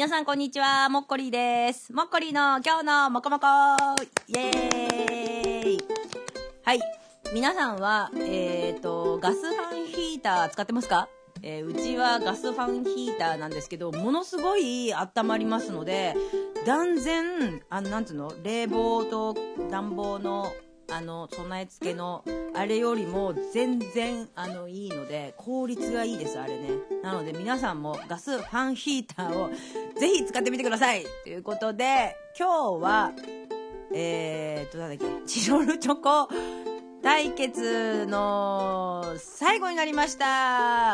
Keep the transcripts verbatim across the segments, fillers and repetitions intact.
皆さんこんにちは、もっこりーです。もっこりーの今日のもこもこイエーイ。はい、皆さんはえーとガスファンヒーター使ってますか？えー、うちはガスファンヒーターなんですけど、ものすごい温まりますので、断然あのなんつうの、冷房と暖房のあの備え付けのあれよりも全然あのいいので、効率がいいです、あれね。なので皆さんもガスファンヒーターをぜひ使ってみてくださいということで、今日はえーとなんだっけ、チロルチョコ対決の最後になりました。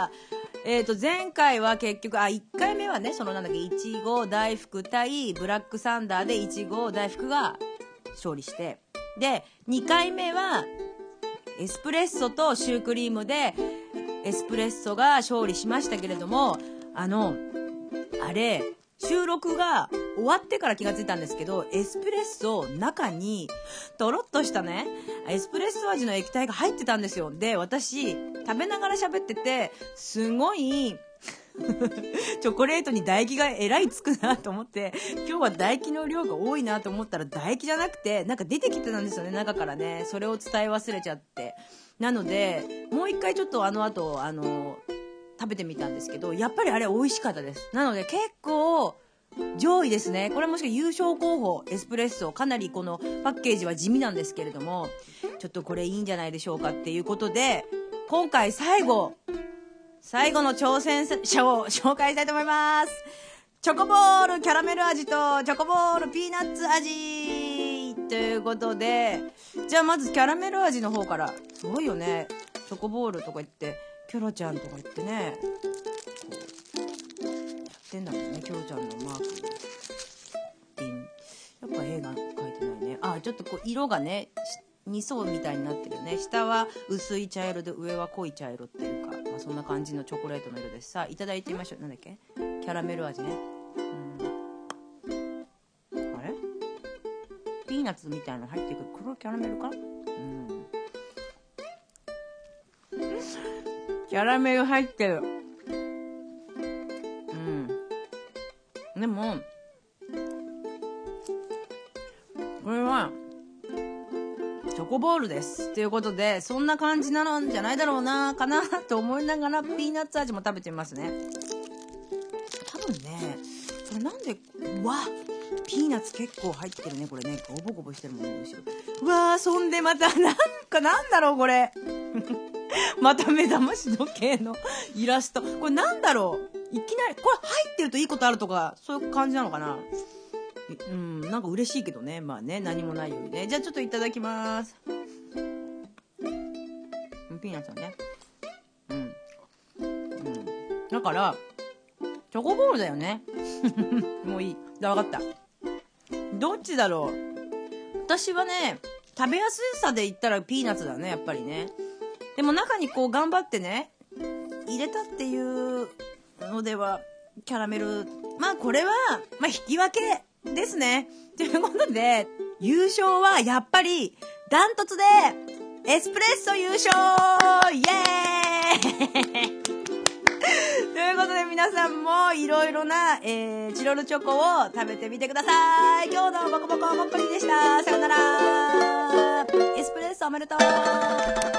えーと前回は結局あいっかいめはね、そのなんだっけ、いちご大福対ブラックサンダーでいちご大福が勝利して、でにかいめはエスプレッソとシュークリームでエスプレッソが勝利しましたけれども、あのあれ収録が終わってから気がついたんですけど、エスプレッソ中にとろっとしたねエスプレッソ味の液体が入ってたんですよ。で私食べながら喋ってて、すごいチョコレートに唾液がえらいつくなと思って、今日は唾液の量が多いなと思ったら、唾液じゃなくてなんか出てきてたんですよね、中からね。それを伝え忘れちゃって、なのでもう一回ちょっとあの後あの食べてみたんですけど、やっぱりあれ美味しかったです。なので結構上位ですね。これもしか優勝候補エスプレッソ、かなりこのパッケージは地味なんですけれども、ちょっとこれいいんじゃないでしょうかっていうことで、今回最後最後の挑戦者を紹介したいと思います。チョコボールキャラメル味とチョコボールピーナッツ味ということで、じゃあまずキャラメル味の方から。すごいよね、チョコボールとか言ってキョロちゃんとか言ってね、こうやってんだけどね、キョロちゃんのマークピン、やっぱ絵が描いてないね。あ、ちょっとこう色がねに層みたいになってるね。下は薄い茶色で上は濃い茶色っていうか、まあ、そんな感じのチョコレートの色です。さあいただいてみましょう。なんだっけ、キャラメル味ね。うん、あれピーナッツみたいなの入ってくる黒キャラメルか。うん、キャラメル入ってる。うんでもこれはチョコボールですということで、そんな感じなんじゃないだろうなかなと思いながら、ピーナッツ味も食べてみますね。多分ねこれなんで、うわピーナッツ結構入ってるね、これね、ゴボゴボしてるもんね、後ろ。うわー、そんでまたなんかなんだろうこれまた目覚まし時計のイラスト、これなんだろう、いきなりこれ入ってるといいことあるとかそういう感じなのかな。うん、なんか嬉しいけどね、まあね、何もないよりね。じゃあちょっといただきます。ピーナッツはね、うん、うん、だからチョコボールだよねもういい、分かった。どっちだろう。私はね、食べやすさで言ったらピーナッツだね、やっぱりね。でも中にこう頑張ってね入れたっていうのではキャラメル、まあこれはまあ引き分けですね。ということで優勝はやっぱりダントツでエスプレッソ優勝イエーイということで皆さんもいろいろな、えー、チロルチョコを食べてみてください。今日のボコボコもっこりでした。さよなら。エスプレッソおめでとう。